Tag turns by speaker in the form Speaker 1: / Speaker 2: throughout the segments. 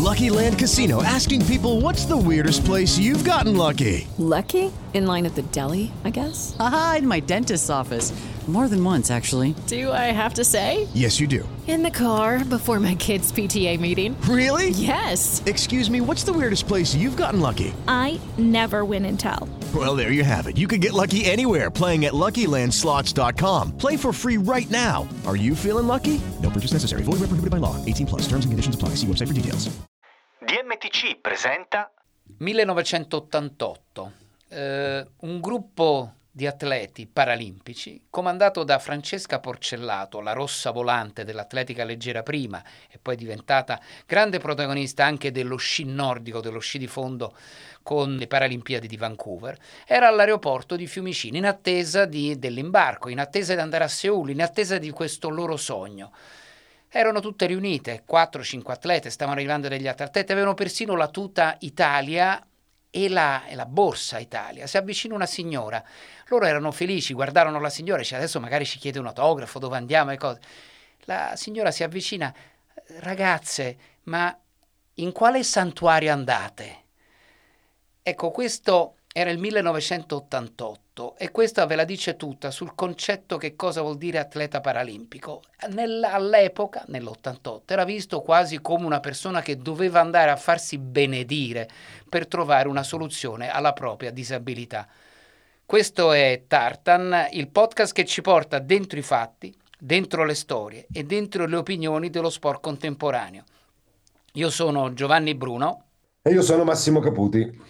Speaker 1: Lucky Land Casino, asking people, what's the weirdest place you've gotten lucky?
Speaker 2: Lucky? In line at the deli, I guess?
Speaker 3: Aha, in my dentist's office. More than once, actually.
Speaker 2: Do I have to say?
Speaker 1: Yes, you do.
Speaker 2: In the car before my kids' PTA meeting.
Speaker 1: Really?
Speaker 2: Yes.
Speaker 1: Excuse me, what's the weirdest place you've gotten lucky?
Speaker 4: I never win and tell.
Speaker 1: Well, there you have it. You can get lucky anywhere, playing at LuckyLandSlots.com. Play for free right now. Are you feeling lucky? No purchase necessary. Void where prohibited by law. 18+. Terms and conditions apply. See website for details.
Speaker 5: DMTC presenta
Speaker 6: 1988. Un gruppo di atleti paralimpici comandato da Francesca Porcellato, la rossa volante dell'atletica leggera prima e poi diventata grande protagonista anche dello sci nordico, dello sci di fondo con le Paralimpiadi di Vancouver, era all'aeroporto di Fiumicino in attesa dell'imbarco, in attesa di andare a Seul, in attesa di questo loro sogno. Erano tutte riunite, 4-5 atlete, stavano arrivando degli altri atleti, avevano persino la tuta Italia e la borsa Italia. Si avvicina una signora, loro erano felici, guardarono la signora e dice adesso magari ci chiede un autografo, dove andiamo e cose. La signora si avvicina, ragazze, ma in quale santuario andate? Ecco, questo era il 1988 e questa ve la dice tutta sul concetto che cosa vuol dire atleta paralimpico. All'epoca, nell'88, era visto quasi come una persona che doveva andare a farsi benedire per trovare una soluzione alla propria disabilità. Questo è Tartan, il podcast che ci porta dentro i fatti, dentro le storie e dentro le opinioni dello sport contemporaneo. Io sono Giovanni Bruno.
Speaker 7: E io sono Massimo Caputi.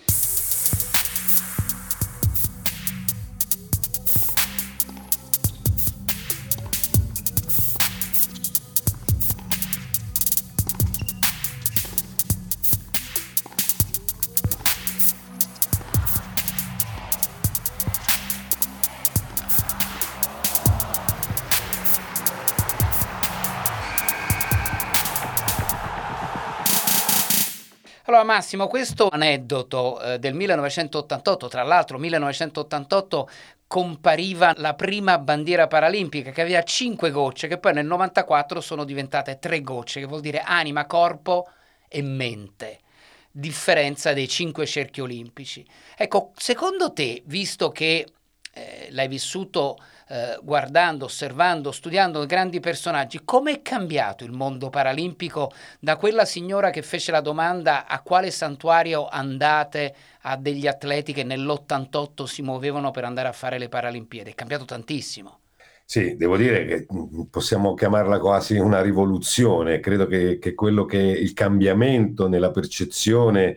Speaker 6: Allora Massimo, questo aneddoto del 1988, tra l'altro 1988 compariva la prima bandiera paralimpica che aveva 5 gocce, che poi nel 94 sono diventate 3 gocce, che vuol dire anima, corpo e mente, differenza dei 5 cerchi olimpici. Ecco, secondo te, visto che l'hai vissuto guardando, osservando, studiando grandi personaggi, come è cambiato il mondo paralimpico da quella signora che fece la domanda a quale santuario andate a degli atleti che nell'88 si muovevano per andare a fare le Paralimpiadi? È cambiato tantissimo.
Speaker 7: Sì, devo dire che possiamo chiamarla quasi una rivoluzione. Credo che quello che è il cambiamento nella percezione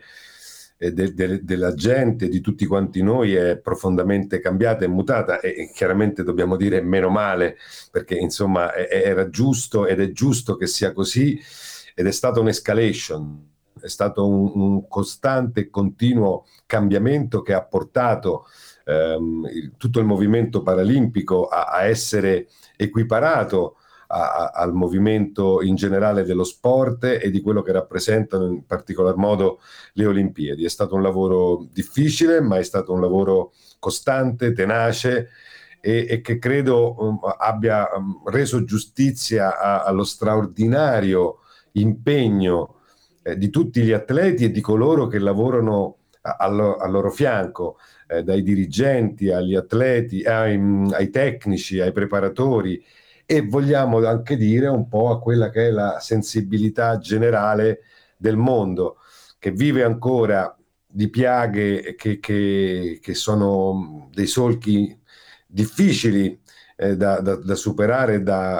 Speaker 7: della gente, di tutti quanti noi, è profondamente cambiata e mutata, e chiaramente dobbiamo dire meno male, perché insomma era giusto ed è giusto che sia così, ed è stata un'escalation, è stato un costante e continuo cambiamento che ha portato tutto il movimento paralimpico a essere equiparato al movimento in generale dello sport e di quello che rappresentano in particolar modo le Olimpiadi. È stato un lavoro difficile, ma è stato un lavoro costante, tenace, e che credo abbia reso giustizia allo straordinario impegno di tutti gli atleti e di coloro che lavorano al loro fianco, dai dirigenti agli atleti, ai tecnici, ai preparatori, e vogliamo anche dire un po' a quella che è la sensibilità generale del mondo, che vive ancora di piaghe che sono dei solchi difficili da superare, da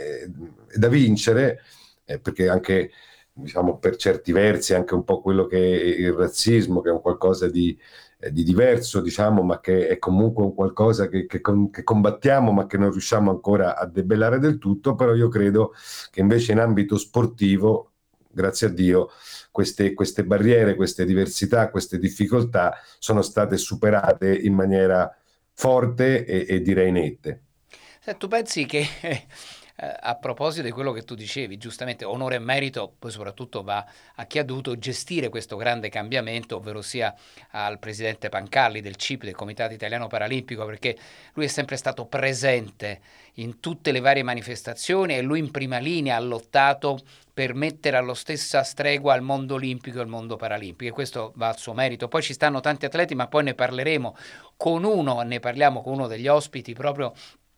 Speaker 7: vincere, perché anche, diciamo, per certi versi anche un po' quello che è il razzismo, che è un qualcosa di diverso, diciamo, ma che è comunque un qualcosa che combattiamo, ma che non riusciamo ancora a debellare del tutto. Però io credo che invece in ambito sportivo, grazie a Dio, queste barriere, queste diversità, queste difficoltà sono state superate in maniera forte e direi nette.
Speaker 6: Se tu pensi che a proposito di quello che tu dicevi, giustamente onore e merito poi soprattutto va a chi ha dovuto gestire questo grande cambiamento, ovvero sia al presidente Pancalli del CIP, del Comitato Italiano Paralimpico, perché lui è sempre stato presente in tutte le varie manifestazioni e lui in prima linea ha lottato per mettere allo stessa stregua il mondo olimpico e il mondo paralimpico, e questo va al suo merito. Poi ci stanno tanti atleti, ma poi ne parleremo ne parliamo con uno degli ospiti proprio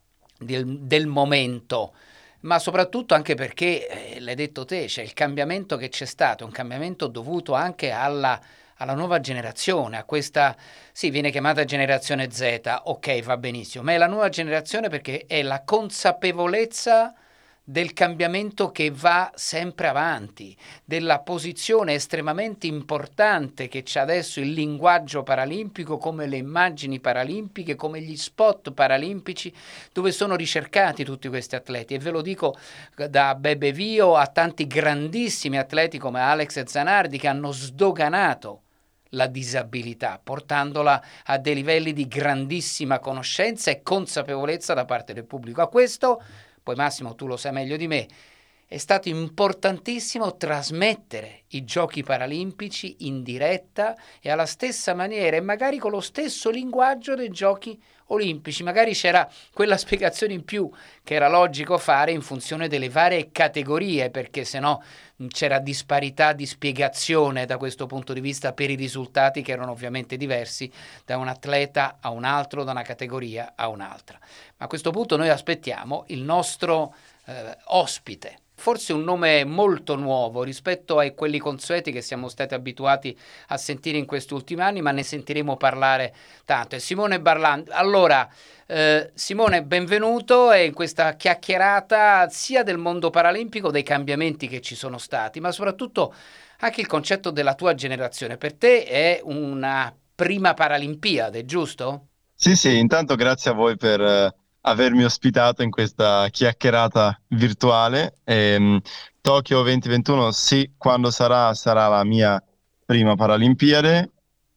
Speaker 6: del momento, ma soprattutto anche perché, l'hai detto te, c'è il cambiamento che c'è stato, è un cambiamento dovuto anche alla nuova generazione, a questa, sì, viene chiamata generazione Z, ok, va benissimo, ma è la nuova generazione perché è la consapevolezza del cambiamento che va sempre avanti, della posizione estremamente importante che c'è adesso il linguaggio paralimpico, come le immagini paralimpiche, come gli spot paralimpici, dove sono ricercati tutti questi atleti. E ve lo dico da Bebe Vio a tanti grandissimi atleti come Alex Zanardi, che hanno sdoganato la disabilità, portandola a dei livelli di grandissima conoscenza e consapevolezza da parte del pubblico. A questo, poi Massimo tu lo sai meglio di me, è stato importantissimo trasmettere i giochi paralimpici in diretta e alla stessa maniera e magari con lo stesso linguaggio dei giochi olimpici. Magari c'era quella spiegazione in più che era logico fare in funzione delle varie categorie, perché sennò c'era disparità di spiegazione da questo punto di vista per i risultati che erano ovviamente diversi da un atleta a un altro, da una categoria a un'altra. Ma a questo punto noi aspettiamo il nostro ospite, forse un nome molto nuovo rispetto a quelli consueti che siamo stati abituati a sentire in questi ultimi anni, ma ne sentiremo parlare tanto. È Simone Barlandi. Allora, Simone, benvenuto in questa chiacchierata sia del mondo paralimpico, dei cambiamenti che ci sono stati, ma soprattutto anche il concetto della tua generazione. Per te è una prima Paralimpiade, giusto?
Speaker 8: Sì, intanto grazie a voi per avermi ospitato in questa chiacchierata virtuale. Tokyo 2021, sì, quando sarà la mia prima Paralimpiade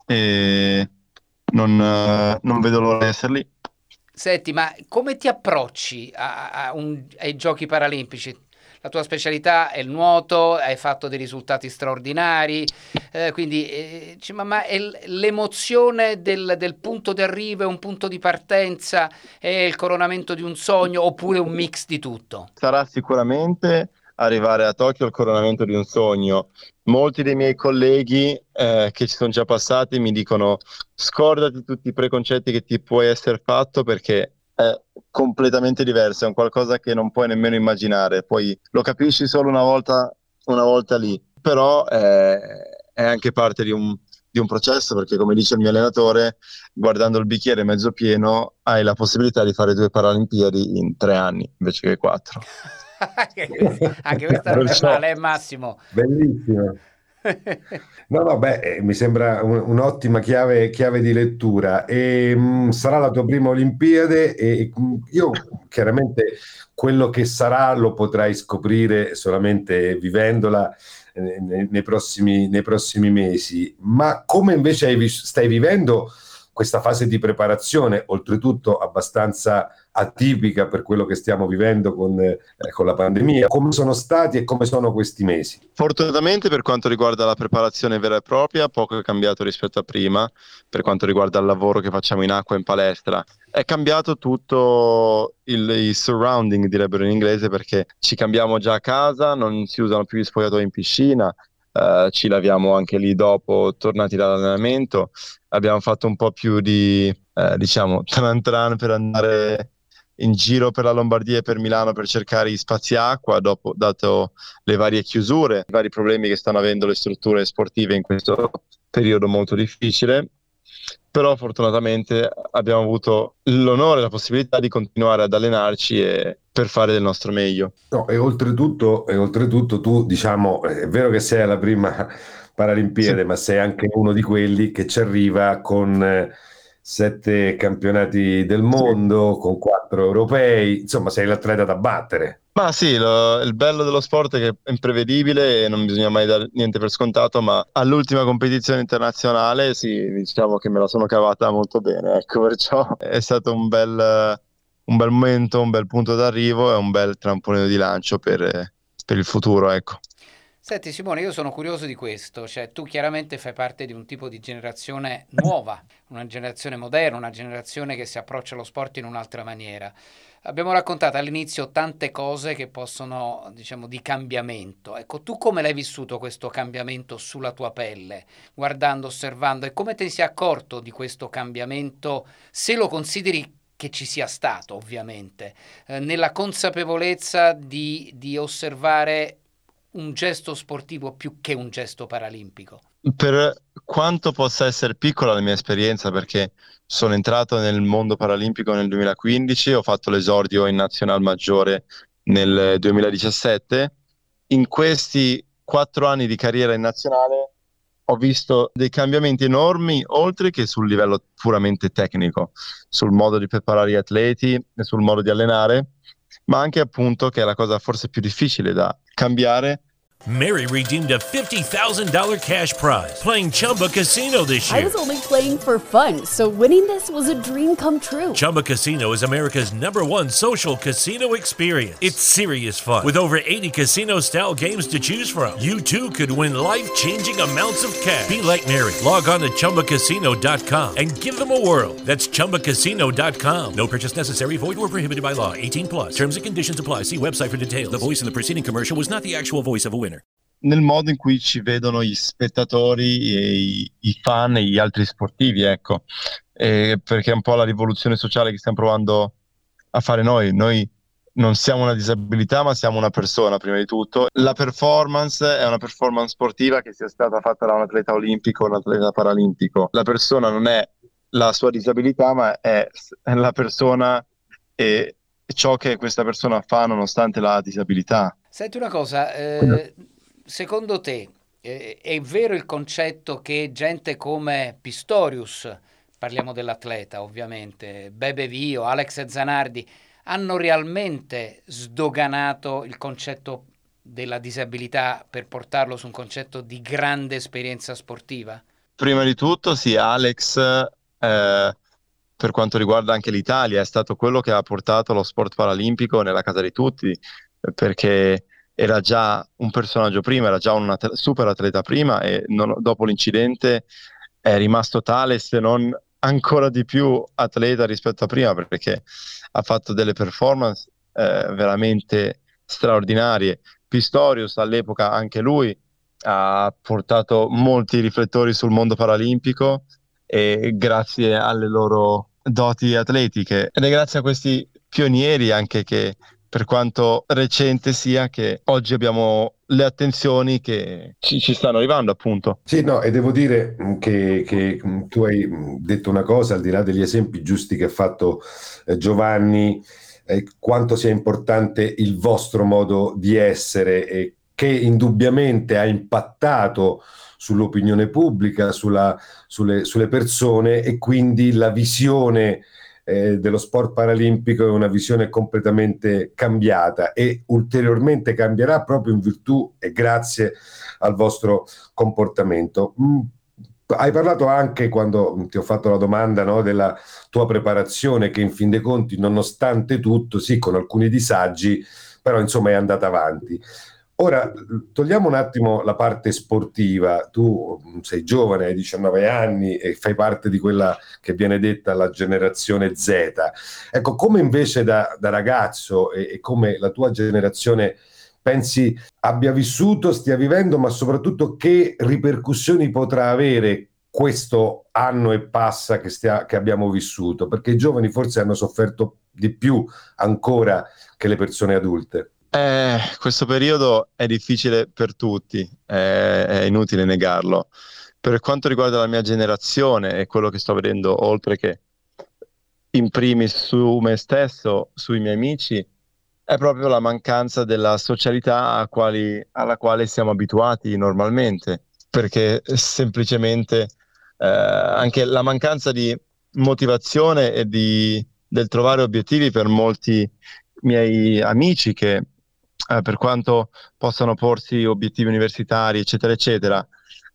Speaker 8: e non vedo l'ora di essere lì.
Speaker 6: Senti, ma come ti approcci ai giochi paralimpici? La tua specialità è il nuoto, hai fatto dei risultati straordinari, quindi ma è l'emozione del punto di arrivo, è un punto di partenza, è il coronamento di un sogno oppure un mix di tutto?
Speaker 8: Sarà sicuramente arrivare a Tokyo il coronamento di un sogno. Molti dei miei colleghi che ci sono già passati mi dicono: scordati tutti i preconcetti che ti puoi essere fatto, perché è completamente diverso, è un qualcosa che non puoi nemmeno immaginare, poi lo capisci solo una volta lì, però è anche parte di un processo, perché come dice il mio allenatore, guardando il bicchiere mezzo pieno hai la possibilità di fare 2 Paralimpiadi in 3 anni invece che 4.
Speaker 6: Anche questa non è male, Massimo.
Speaker 7: Bellissimo. No, mi sembra un'ottima chiave di lettura. Sarà la tua prima Olimpiade e io chiaramente quello che sarà lo potrai scoprire solamente vivendola nei prossimi mesi. Ma come invece stai vivendo questa fase di preparazione, oltretutto abbastanza atipica per quello che stiamo vivendo con la pandemia? Come sono stati e come sono questi mesi?
Speaker 8: Fortunatamente, per quanto riguarda la preparazione vera e propria, poco è cambiato rispetto a prima. Per quanto riguarda il lavoro che facciamo in acqua e in palestra, è cambiato tutto i surrounding, direbbero in inglese, perché ci cambiamo già a casa, non si usano più gli spogliatoi in piscina, ci laviamo anche lì dopo, tornati dall'allenamento. Abbiamo fatto un po' più di tran per andare in giro per la Lombardia e per Milano per cercare gli spazi acqua, dato le varie chiusure, i vari problemi che stanno avendo le strutture sportive in questo periodo molto difficile. Però fortunatamente abbiamo avuto l'onore e la possibilità di continuare ad allenarci e per fare del nostro meglio.
Speaker 7: No, e oltretutto tu, diciamo, è vero che sei alla prima Paralimpiade, sì, ma sei anche uno di quelli che ci arriva con 7 campionati del mondo, sì, con 4 europei, insomma sei l'atleta da battere.
Speaker 8: Ma sì, il bello dello sport è che è imprevedibile e non bisogna mai dare niente per scontato, ma all'ultima competizione internazionale sì, diciamo che me la sono cavata molto bene, ecco, perciò è stato un bel momento, un bel punto d'arrivo e un bel trampolino di lancio per il futuro, ecco.
Speaker 6: Senti Simone, io sono curioso di questo, cioè tu chiaramente fai parte di un tipo di generazione nuova, una generazione moderna, una generazione che si approccia allo sport in un'altra maniera. Abbiamo raccontato all'inizio tante cose che possono, diciamo, di cambiamento. Ecco, tu come l'hai vissuto questo cambiamento sulla tua pelle, guardando, osservando, e come ti sei accorto di questo cambiamento, se lo consideri che ci sia stato, ovviamente, nella consapevolezza di osservare un gesto sportivo più che un gesto paralimpico?
Speaker 8: Per quanto possa essere piccola la mia esperienza, perché sono entrato nel mondo paralimpico nel 2015, ho fatto l'esordio in Nazional Maggiore nel 2017. In questi 4 anni di carriera in nazionale ho visto dei cambiamenti enormi, oltre che sul livello puramente tecnico, sul modo di preparare gli atleti e sul modo di allenare, ma anche appunto, che è la cosa forse più difficile da cambiare,
Speaker 9: Mary redeemed a $50,000 cash prize playing Chumba Casino this year.
Speaker 10: I was only playing for fun, so winning this was a dream come true.
Speaker 9: Chumba Casino is America's #1 social casino experience. It's serious fun. With over 80 casino-style games to choose from, you too could win life-changing amounts of cash. Be like Mary. Log on to ChumbaCasino.com and give them a whirl. That's ChumbaCasino.com. No purchase necessary. Void where prohibited by law. 18+. Terms and conditions apply. See website for details. The voice in the preceding commercial was not the actual voice of a winner.
Speaker 8: Nel modo in cui ci vedono gli spettatori e i fan e gli altri sportivi, ecco, perché è un po' la rivoluzione sociale che stiamo provando a fare noi. Noi non siamo una disabilità, ma siamo una persona prima di tutto. La performance è una performance sportiva, che sia stata fatta da un atleta olimpico o un atleta paralimpico. La persona non è la sua disabilità, ma è la persona e ciò che questa persona fa nonostante la disabilità.
Speaker 6: Senti una cosa, secondo te è vero il concetto che gente come Pistorius, parliamo dell'atleta ovviamente, Bebe Vio, Alex Zanardi, hanno realmente sdoganato il concetto della disabilità per portarlo su un concetto di grande esperienza sportiva?
Speaker 8: Prima di tutto sì, Alex, per quanto riguarda anche l'Italia, è stato quello che ha portato lo sport paralimpico nella casa di tutti, perché era già un personaggio prima, era già un super atleta prima, e dopo l'incidente è rimasto tale, se non ancora di più atleta rispetto a prima, perché ha fatto delle performance veramente straordinarie. Pistorius all'epoca, anche lui ha portato molti riflettori sul mondo paralimpico, e grazie alle loro doti atletiche, ed è grazie a questi pionieri anche che, per quanto recente sia, che oggi abbiamo le attenzioni che ci stanno arrivando, appunto.
Speaker 7: Sì, no, e devo dire che tu hai detto una cosa, al di là degli esempi giusti che ha fatto Giovanni, quanto sia importante il vostro modo di essere, che indubbiamente ha impattato sull'opinione pubblica, sulle persone, e quindi la visione dello sport paralimpico è una visione completamente cambiata, e ulteriormente cambierà proprio in virtù e grazie al vostro comportamento. Hai parlato anche, quando ti ho fatto la domanda, no, della tua preparazione, che in fin dei conti, nonostante tutto, sì, con alcuni disagi, però insomma è andata avanti. Ora, togliamo un attimo la parte sportiva. Tu sei giovane, hai 19 anni e fai parte di quella che viene detta la generazione Z. Ecco, come invece da ragazzo e come la tua generazione pensi abbia vissuto, stia vivendo, ma soprattutto che ripercussioni potrà avere questo anno e passa che abbiamo vissuto? Perché i giovani forse hanno sofferto di più ancora che le persone adulte.
Speaker 8: Questo periodo è difficile per tutti, è inutile negarlo. Per quanto riguarda la mia generazione e quello che sto vedendo, oltre che in primis su me stesso, sui miei amici, è proprio la mancanza della socialità alla quale siamo abituati normalmente, perché semplicemente anche la mancanza di motivazione e del trovare obiettivi per molti miei amici che per quanto possano porsi obiettivi universitari, eccetera, eccetera,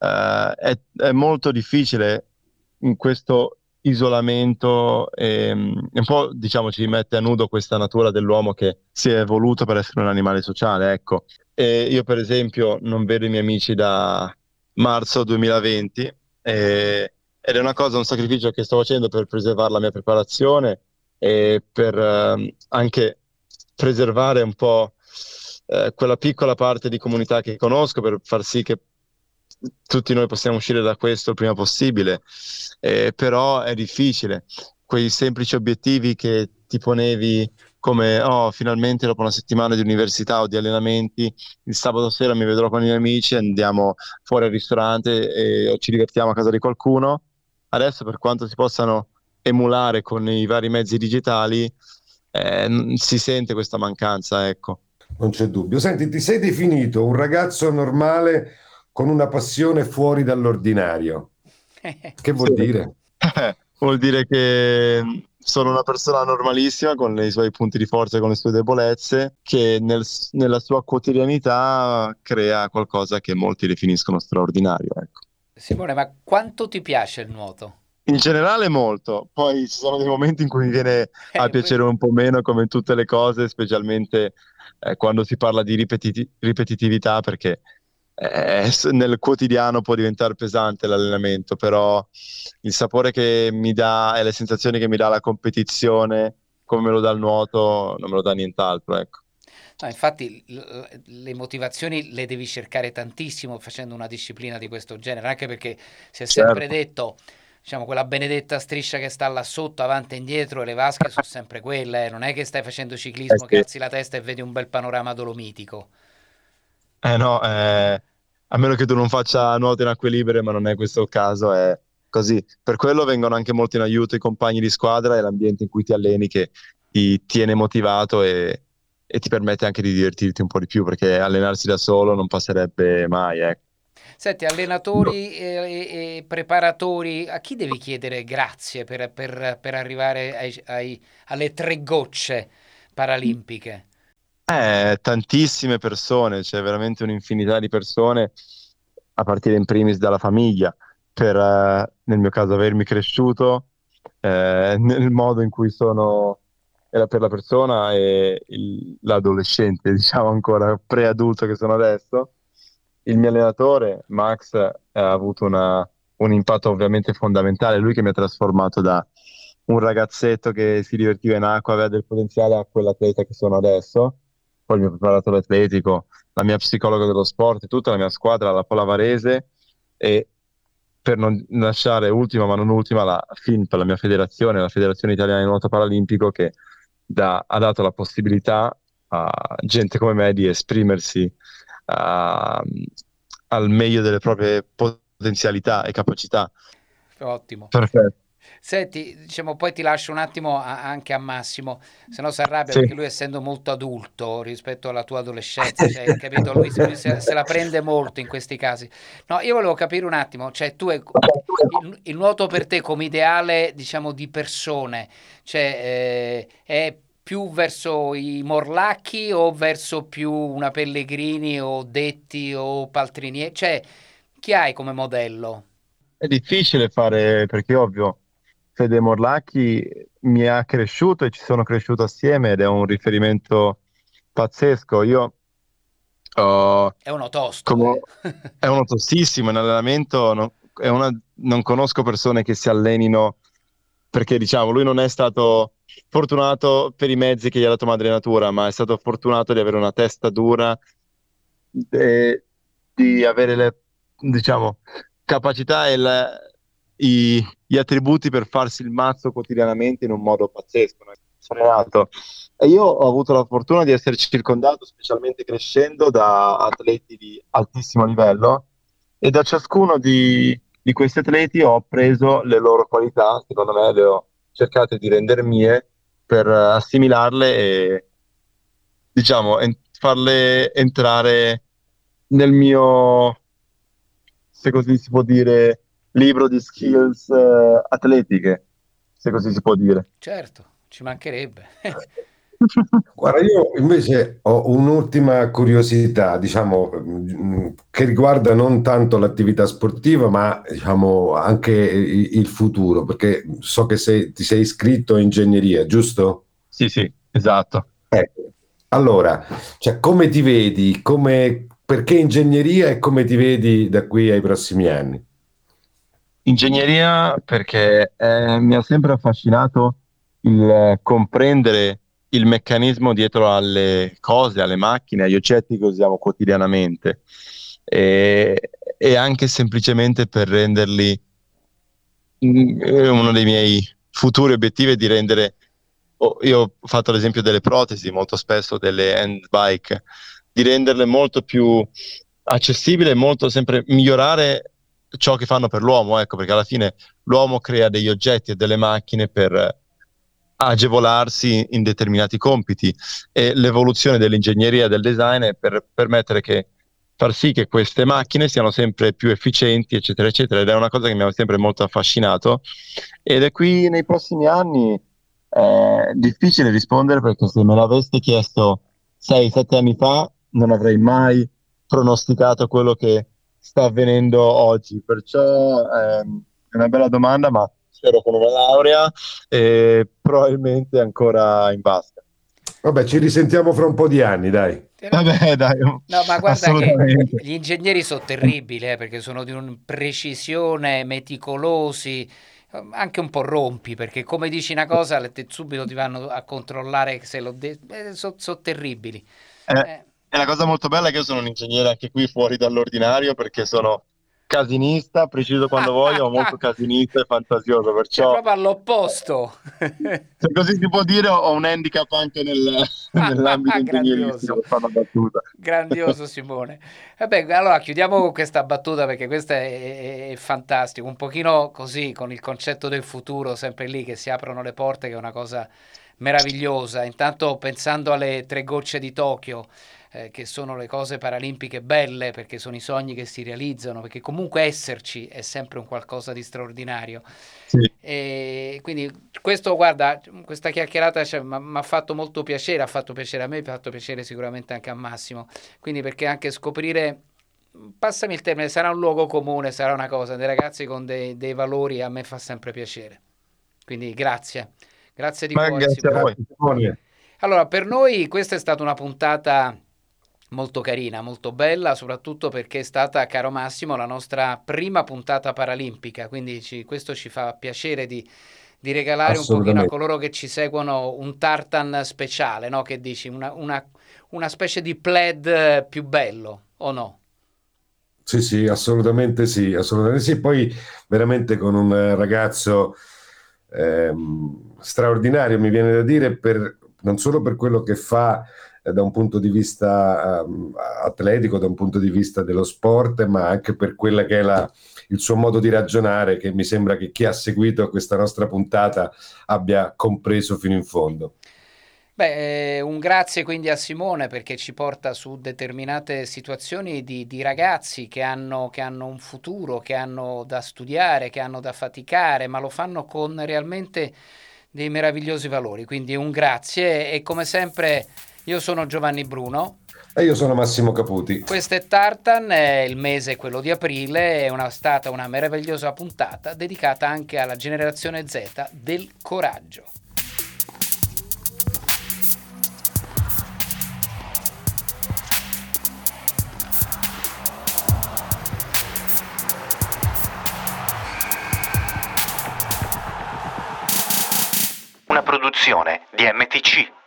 Speaker 8: è molto difficile in questo isolamento, e un po', diciamo, ci mette a nudo questa natura dell'uomo che si è evoluto per essere un animale sociale, ecco. E io per esempio non vedo i miei amici da marzo 2020 ed è una cosa, un sacrificio che sto facendo per preservare la mia preparazione e per anche preservare un po' quella piccola parte di comunità che conosco per far sì che tutti noi possiamo uscire da questo il prima possibile. Però è difficile. Quei semplici obiettivi che ti ponevi come, oh, finalmente dopo una settimana di università o di allenamenti, il sabato sera mi vedrò con i miei amici, andiamo fuori al ristorante e ci divertiamo a casa di qualcuno. Adesso, per quanto si possano emulare con i vari mezzi digitali, si sente questa mancanza, ecco.
Speaker 7: Non c'è dubbio. Senti, ti sei definito un ragazzo normale con una passione fuori dall'ordinario. Che vuol dire?
Speaker 8: Vuol dire che sono una persona normalissima con i suoi punti di forza e con le sue debolezze, che nella sua quotidianità crea qualcosa che molti definiscono straordinario, ecco.
Speaker 6: Simone, ma quanto ti piace il nuoto?
Speaker 8: In generale molto, poi ci sono dei momenti in cui mi viene a piacere un po' meno, come in tutte le cose, specialmente quando si parla di ripetitività, perché nel quotidiano può diventare pesante l'allenamento, però il sapore che mi dà e le sensazioni che mi dà la competizione, come me lo dà il nuoto, non me lo dà nient'altro, ecco.
Speaker 6: No, infatti le motivazioni le devi cercare tantissimo facendo una disciplina di questo genere, anche perché si è sempre detto, diciamo, quella benedetta striscia che sta là sotto, avanti e indietro, e le vasche sono sempre quelle, non è che stai facendo ciclismo, che alzi la testa e vedi un bel panorama dolomitico.
Speaker 8: No, a meno che tu non faccia nuoto in acque libere, ma non è questo il caso, è così. Per quello vengono anche molto in aiuto i compagni di squadra e l'ambiente in cui ti alleni che ti tiene motivato e ti permette anche di divertirti un po' di più, perché allenarsi da solo non passerebbe mai, ecco.
Speaker 6: Senti, allenatori e preparatori, a chi devi chiedere grazie per arrivare alle 3 gocce paralimpiche?
Speaker 8: Tantissime persone, c'è veramente un'infinità di persone, a partire in primis dalla famiglia, per nel mio caso avermi cresciuto nel modo in cui sono era per la persona e l'adolescente, diciamo ancora preadulto che sono adesso. Il mio allenatore, Max, ha avuto un impatto ovviamente fondamentale, lui che mi ha trasformato da un ragazzetto che si divertiva in acqua, aveva del potenziale a quell'atleta che sono adesso. Poi il mio preparatore atletico, la mia psicologa dello sport, tutta la mia squadra, la Pola Varese, e per non lasciare ultima ma non ultima la FINP, la mia federazione, la Federazione Italiana di Nuoto Paralimpico, che ha dato la possibilità a gente come me di esprimersi al meglio delle proprie potenzialità e capacità.
Speaker 6: Ottimo.
Speaker 8: Perfetto.
Speaker 6: Senti, diciamo, poi ti lascio un attimo anche a Massimo, se no si arrabbia, perché lui, essendo molto adulto rispetto alla tua adolescenza, cioè, capito? Lui se la prende molto in questi casi. No, io volevo capire un attimo, cioè il nuoto per te come ideale, diciamo, di persone, cioè è più verso i Morlacchi o verso più una Pellegrini o Detti o Paltrinieri? Cioè, chi hai come modello?
Speaker 8: È difficile fare, perché ovvio, Fede Morlacchi mi ha cresciuto e ci sono cresciuto assieme ed è un riferimento pazzesco. Io
Speaker 6: È uno tosto,
Speaker 8: è uno tostissimo in allenamento, non conosco persone che si allenino perché diciamo lui non è stato fortunato per i mezzi che gli ha dato madre natura, ma è stato fortunato di avere una testa dura e di avere le, diciamo, capacità e gli attributi per farsi il mazzo quotidianamente in un modo pazzesco, no? Sfrenato. E io ho avuto la fortuna di essere circondato, specialmente crescendo, da atleti di altissimo livello e da ciascuno di questi atleti ho preso le loro qualità, secondo me le ho cercate di rendere mie per assimilarle e, diciamo, farle entrare nel mio, se così si può dire, libro di skills atletiche, se così si può dire.
Speaker 6: Certo, ci mancherebbe.
Speaker 7: Guarda, io invece ho un'ultima curiosità, diciamo, che riguarda non tanto l'attività sportiva, ma diciamo anche il futuro, perché so che ti sei iscritto a ingegneria, giusto?
Speaker 8: Sì, sì, esatto.
Speaker 7: Allora, cioè, come ti vedi? Perché ingegneria e come ti vedi da qui ai prossimi anni?
Speaker 8: Ingegneria perché mi ha sempre affascinato il comprendere il meccanismo dietro alle cose, alle macchine, agli oggetti che usiamo quotidianamente e anche semplicemente per renderli uno dei miei futuri obiettivi è di rendere, io ho fatto l'esempio delle protesi, molto spesso delle hand bike, di renderle molto più accessibili e molto sempre migliorare ciò che fanno per l'uomo, ecco, perché alla fine l'uomo crea degli oggetti e delle macchine per agevolarsi in determinati compiti e l'evoluzione dell'ingegneria e del design è per permettere che far sì che queste macchine siano sempre più efficienti, eccetera, eccetera, ed è una cosa che mi ha sempre molto affascinato ed è qui nei prossimi anni è difficile rispondere perché se me l'aveste chiesto 6-7 anni fa non avrei mai pronosticato quello che sta avvenendo oggi, perciò è una bella domanda, ma spero con una laurea e probabilmente ancora in vasca.
Speaker 7: Vabbè, ci risentiamo fra un po' di anni, dai.
Speaker 8: Vabbè, dai,
Speaker 6: No, ma guarda che
Speaker 8: assolutamente.
Speaker 6: gli ingegneri sono terribili, perché sono di una precisione, meticolosi, anche un po' rompi, perché come dici una cosa, subito ti vanno a controllare se sono terribili.
Speaker 8: E la cosa molto bella è che io sono un ingegnere anche qui fuori dall'ordinario perché sono casinista, preciso quando voglio, ma molto casinista e fantasioso,
Speaker 6: Cioè,
Speaker 8: perciò
Speaker 6: proprio all'opposto.
Speaker 8: se così si può dire ho un handicap anche nell'ambito ingegneristico,
Speaker 6: Grandioso.
Speaker 8: per fare una battuta.
Speaker 6: Grandioso Simone. Vabbè, allora chiudiamo con questa battuta perché questa è fantastico, un pochino così con il concetto del futuro, sempre lì che si aprono le porte, che è una cosa meravigliosa. Intanto pensando alle 3 gocce di Tokyo, che sono le cose paralimpiche belle, perché sono i sogni che si realizzano, perché comunque esserci è sempre un qualcosa di straordinario.
Speaker 8: Sì.
Speaker 6: E quindi questo, guarda, questa chiacchierata mi ha fatto molto piacere, ha fatto piacere a me, ha fatto piacere sicuramente anche a Massimo, quindi perché anche scoprire, passami il termine, sarà un luogo comune, sarà una cosa, dei ragazzi con dei valori, a me fa sempre piacere, quindi grazie di
Speaker 8: Ma
Speaker 6: cuore
Speaker 8: grazie a voi.
Speaker 7: Simone.
Speaker 6: Allora, per noi questa è stata una puntata molto carina, molto bella, soprattutto perché è stata, caro Massimo, la nostra prima puntata paralimpica, quindi questo ci fa piacere di regalare un pochino a coloro che ci seguono un tartan speciale, no? Che dici? Una specie di plaid più bello, o no?
Speaker 7: Sì, assolutamente sì, assolutamente sì. Poi veramente con un ragazzo straordinario, mi viene da dire, non solo per quello che fa da un punto di vista atletico, da un punto di vista dello sport, ma anche per quella che è il suo modo di ragionare, che mi sembra che chi ha seguito questa nostra puntata abbia compreso fino in fondo.
Speaker 6: Beh, un grazie quindi a Simone perché ci porta su determinate situazioni di ragazzi che hanno un futuro, che hanno da studiare, che hanno da faticare, ma lo fanno con realmente dei meravigliosi valori. Quindi un grazie e come sempre io sono Giovanni Bruno.
Speaker 7: E io sono Massimo Caputi.
Speaker 6: Questo è Tartan, il mese è quello di aprile, è stata una meravigliosa puntata dedicata anche alla generazione Z del coraggio.
Speaker 5: Una produzione di MTC.